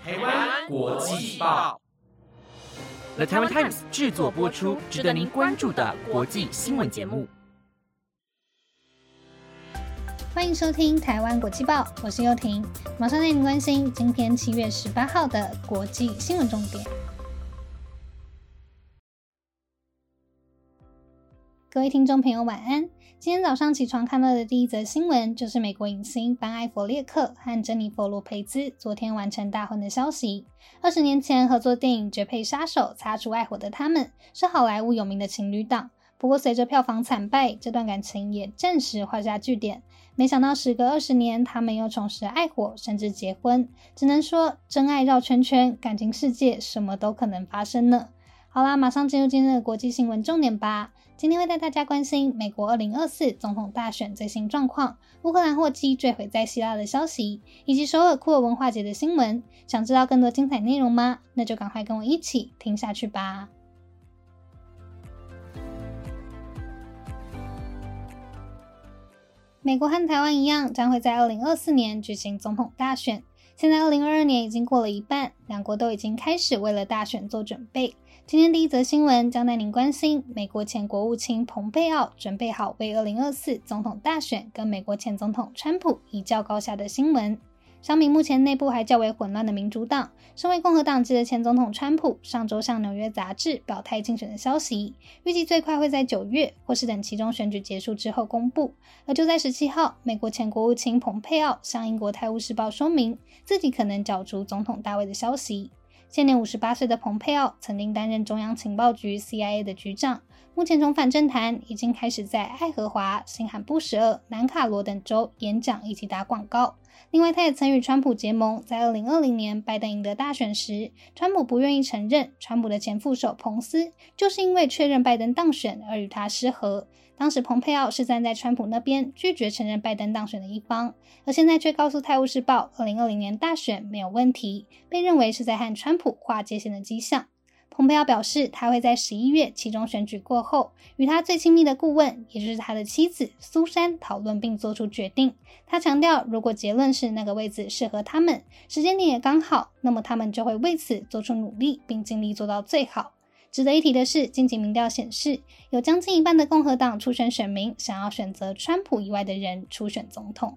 台湾国际报 The Taiwan Times 制作播出，值得您关注的国际新闻节目。 欢迎收听台湾国际报，我是佑婷，马上带您关心今天7月18号的国际新闻重点。各位听众朋友晚安。今天早上起床看到的第一则新闻就是美国影星班艾佛列克和珍妮佛罗培兹昨天完成大婚的消息。20年前合作电影《绝配杀手》擦出爱火的他们是好莱坞有名的情侣档，不过随着票房惨败，这段感情也暂时画下句点。没想到时隔20年，他们又重拾爱火，甚至结婚。只能说真爱绕圈圈，感情世界什么都可能发生呢。好啦，马上进入今天的国际新闻重点吧。今天会带大家关心美国2024总统大选最新状况，乌克兰货机坠毁在希腊的消息，以及首尔库尔文化节的新闻。想知道更多精彩内容吗？那就赶快跟我一起听下去吧。美国和台湾一样，将会在2024年举行总统大选。现在2022年已经过了一半，两国都已经开始为了大选做准备。今天第一则新闻将带您关心美国前国务卿蓬佩奥准备好为2024总统大选跟美国前总统川普一较高下的新闻。相比目前内部还较为混乱的民主党，身为共和党籍的前总统川普上周向纽约杂志表态竞选的消息，预计最快会在9月或是等期中选举结束之后公布。而就在17号，美国前国务卿蓬佩奥向英国泰晤士报说明自己可能角逐总统大位的消息。现年58岁的蓬佩奥曾经担任中央情报局 CIA 的局长，目前重返政坛，已经开始在爱荷华、新罕布什尔、南卡罗等州演讲以及打广告。另外，他也曾与川普结盟，在2020年拜登赢得大选时，川普不愿意承认川普的前副手彭斯就是因为确认拜登当选而与他失和。当时蓬佩奥是站在川普那边，拒绝承认拜登当选的一方，而现在却告诉泰晤士报2020年大选没有问题，被认为是在和川普划界限的迹象。蓬佩奥表示，他会在11月期中选举过后，与他最亲密的顾问，也就是他的妻子苏珊讨论并做出决定。他强调，如果结论是那个位置适合他们，时间点也刚好，那么他们就会为此做出努力，并尽力做到最好。值得一提的是，近期民调显示，有将近一半的共和党初选选民想要选择川普以外的人初选总统。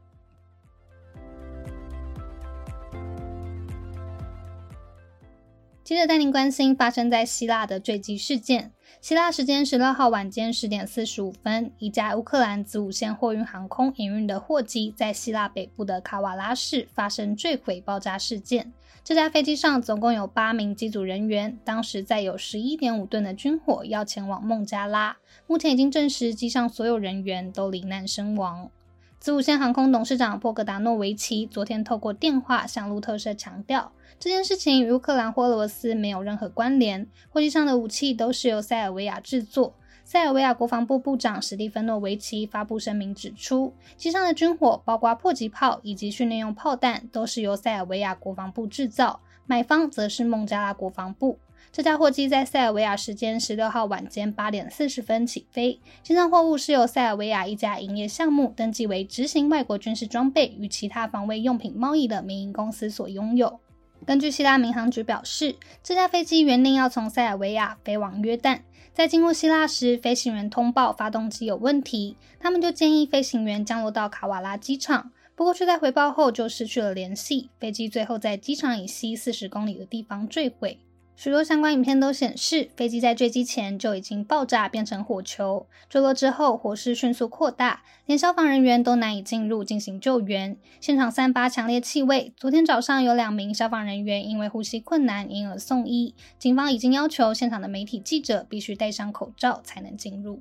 接着带您关心发生在希腊的坠机事件。希腊时间16号晚间10点45分，一架乌克兰子午线货运航空营运的货机在希腊北部的卡瓦拉市发生坠毁爆炸事件。这架飞机上总共有8名机组人员，当时载有 11.5 吨的军火要前往孟加拉。目前已经证实机上所有人员都罹难身亡。子午线航空董事长波格达诺维奇昨天透过电话向路透社强调，这件事情与乌克兰或俄罗斯没有任何关联，货机上的武器都是由塞尔维亚制作。塞尔维亚国防部部长史蒂芬诺维奇发布声明指出，机上的军火包括迫击炮以及训练用炮弹都是由塞尔维亚国防部制造，买方则是孟加拉国防部。这架货机在塞尔维亚时间16号晚间8点40分起飞，机上货物是由塞尔维亚一家营业项目登记为执行外国军事装备与其他防卫用品贸易的民营公司所拥有。根据希腊民航局表示，这架飞机原定要从塞尔维亚飞往约旦，在经过希腊时，飞行员通报发动机有问题，他们就建议飞行员降落到卡瓦拉机场，不过却在回报后就失去了联系，飞机最后在机场以西40公里的地方坠毁。许多相关影片都显示，飞机在坠机前就已经爆炸变成火球，坠落之后火势迅速扩大，连消防人员都难以进入进行救援，现场散发强烈气味。昨天早上有2名消防人员因为呼吸困难因而送医，警方已经要求现场的媒体记者必须戴上口罩才能进入。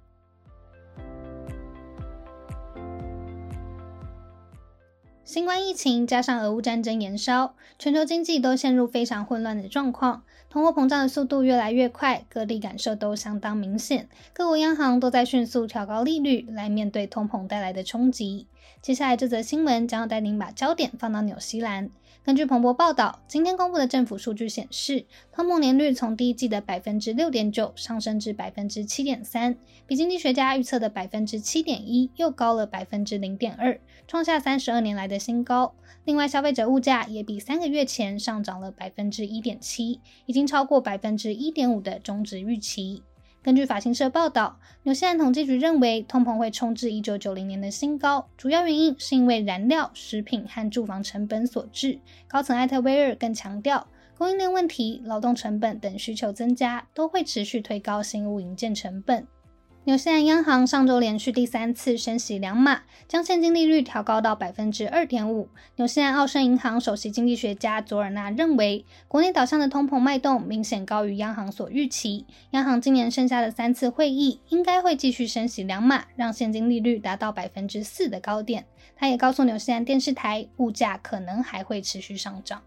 新冠疫情加上俄乌战争延烧，全球经济都陷入非常混乱的状况，通货膨胀的速度越来越快，各地感受都相当明显，各国央行都在迅速调高利率来面对通膨带来的冲击。 接下来这则新闻将要带您把焦点放到纽西兰。根据彭博报道，今天公布的政府数据显示，通膨年率从第一季的 6.9% 上升至 7.3%， 比经济学家预测的 7.1% 又高了 0.2%， 创下32年来的新高。另外，消费者物价也比3个月前上涨了 1.7%， 已经超过 1.5% 的中值预期。根据法新社报道，纽西兰统计局认为通膨会冲至1990年的新高，主要原因是因为燃料、食品和住房成本所致。高层艾特威尔更强调，供应链问题、劳动成本等需求增加都会持续推高新屋营建成本。纽西兰央行上周连续第3次升息2码，将现金利率调高到 2.5%。 纽西兰澳盛银行首席经济学家佐尔纳认为，国内导向的通膨脉动明显高于央行所预期，央行今年剩下的3次会议应该会继续升息2码，让现金利率达到 4% 的高点。他也告诉纽西兰电视台，物价可能还会持续上涨。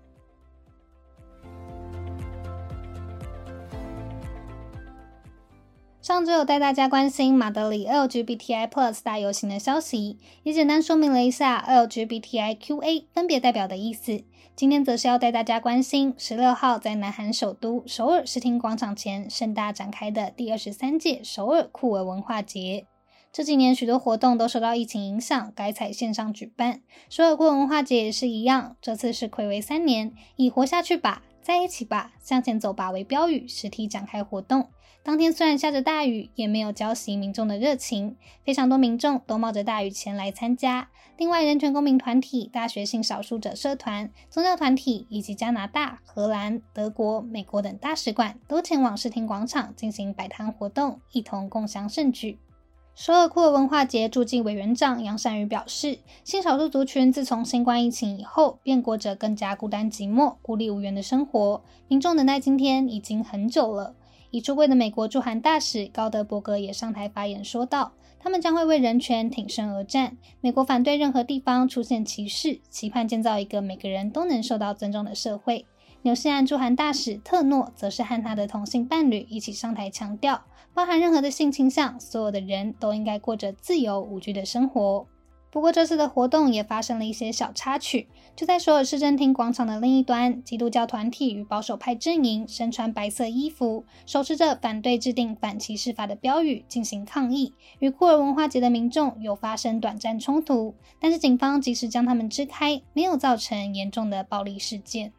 上周有带大家关心马德里 LGBTI+ 大游行的消息，也简单说明了一下 LGBTIQA 分别代表的意思。今天则是要带大家关心16号在南韩首都首尔视听广场前盛大展开的第23届首尔酷儿文化节。这几年许多活动都受到疫情影响，改采线上举办。首尔酷儿文化节也是一样，这次是睽违3年，以活下去吧、在一起吧、向前走吧为标语，实体展开活动。当天虽然下着大雨，也没有浇熄民众的热情，非常多民众都冒着大雨前来参加。另外，人权公民团体、大学性少数者社团、宗教团体以及加拿大、荷兰、德国、美国等大使馆都前往视听广场进行摆摊活动，一同共襄盛举。首尔酷儿文化节驻暨委员长杨善宇表示，性少数族群自从新冠疫情以后，便过着更加孤单寂寞、孤立无援的生活，民众等待今天已经很久了。已出柜的美国驻韩大使高德伯格也上台发言说道，他们将会为人权挺身而战，美国反对任何地方出现歧视，期盼建造一个每个人都能受到尊重的社会。纽西兰驻韩大使特诺则是和他的同性伴侣一起上台强调，包含任何的性倾向，所有的人都应该过着自由无拘的生活。不过这次的活动也发生了一些小插曲，就在首尔市政厅广场的另一端，基督教团体与保守派阵营身穿白色衣服，手持着反对制定反歧视法的标语进行抗议，与酷儿文化节的民众有发生短暂冲突，但是警方及时将他们支开，没有造成严重的暴力事件。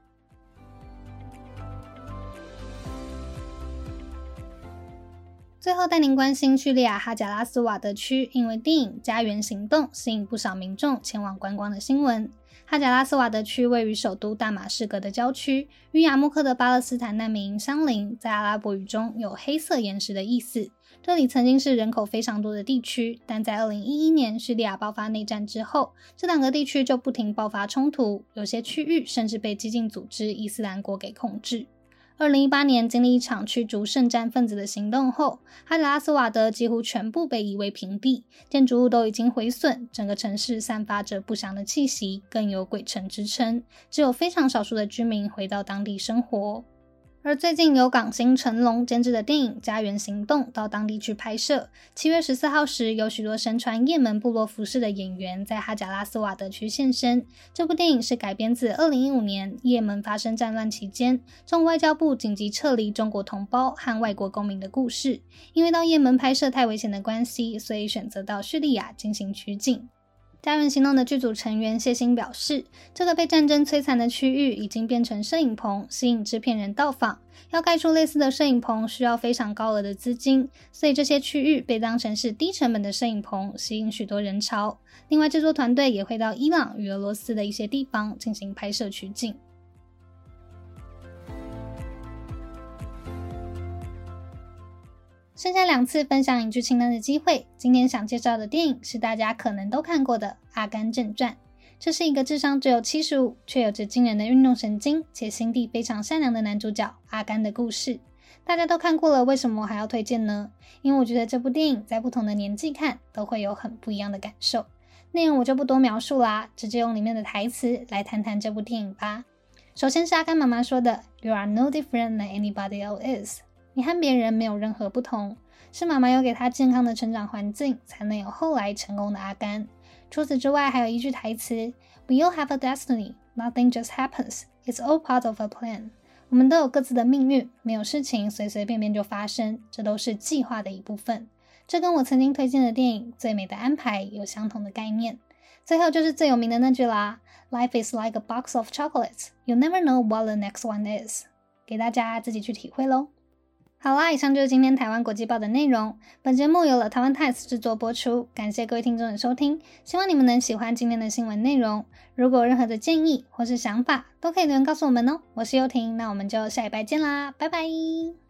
最后带您关心叙利亚哈贾拉斯瓦德区因为电影《家园行动》吸引不少民众前往观光的新闻。哈贾拉斯瓦德区位于首都大马士革的郊区，与雅木克的巴勒斯坦难民营相邻，在阿拉伯语中有黑色岩石的意思。这里曾经是人口非常多的地区，但在2011年叙利亚爆发内战之后，这两个地区就不停爆发冲突，有些区域甚至被激进组织伊斯兰国给控制。2018年经历一场驱逐圣战分子的行动后，哈贾拉斯瓦德几乎全部被夷为平地，建筑物都已经毁损，整个城市散发着不祥的气息，更有鬼城之称，只有非常少数的居民回到当地生活。而最近由港星成龙监制的电影《家园行动》到当地去拍摄。7月14号时，有许多身穿也门部落服饰的演员在哈贾拉斯瓦德区现身。这部电影是改编自2015年也门发生战乱期间，中国外交部紧急撤离中国同胞和外国公民的故事。因为到也门拍摄太危险的关系，所以选择到叙利亚进行取景。家园行动的剧组成员谢欣表示，这个被战争摧残的区域已经变成摄影棚，吸引制片人到访。要盖出类似的摄影棚需要非常高额的资金，所以这些区域被当成是低成本的摄影棚，吸引许多人潮。另外，制作团队也会到伊朗与俄罗斯的一些地方进行拍摄取景。剩下2次分享影剧清单的机会，今天想介绍的电影是大家可能都看过的《阿甘正传》。这是一个智商只有75，却有着惊人的运动神经，且心地非常善良的男主角阿甘的故事。大家都看过了，为什么我还要推荐呢？因为我觉得这部电影在不同的年纪看，都会有很不一样的感受。内容我就不多描述啦，直接用里面的台词来谈谈这部电影吧。首先是阿甘妈妈说的 "You are no different than anybody else is"。你和别人没有任何不同，是妈妈有给他健康的成长环境，才能有后来成功的阿甘。 除此之外，还有一句台词 We all have a destiny, nothing just happens, it's all part of a plan。 我们都有各自的命运，没有事情随随便便就发生，这都是计划的一部分。这跟我曾经推荐的电影《最美的安排》有相同的概念。最后就是最有名的那句啦， Life is like a box of chocolates, you never know what the next one is。 给大家自己去体会咯。好啦，以上就是今天台湾国际报的内容。本节目由了台湾 Times 制作播出，感谢各位听众的收听，希望你们能喜欢今天的新闻内容。如果有任何的建议或是想法，都可以留言告诉我们哦。我是优婷，那我们就下礼拜见啦，拜拜。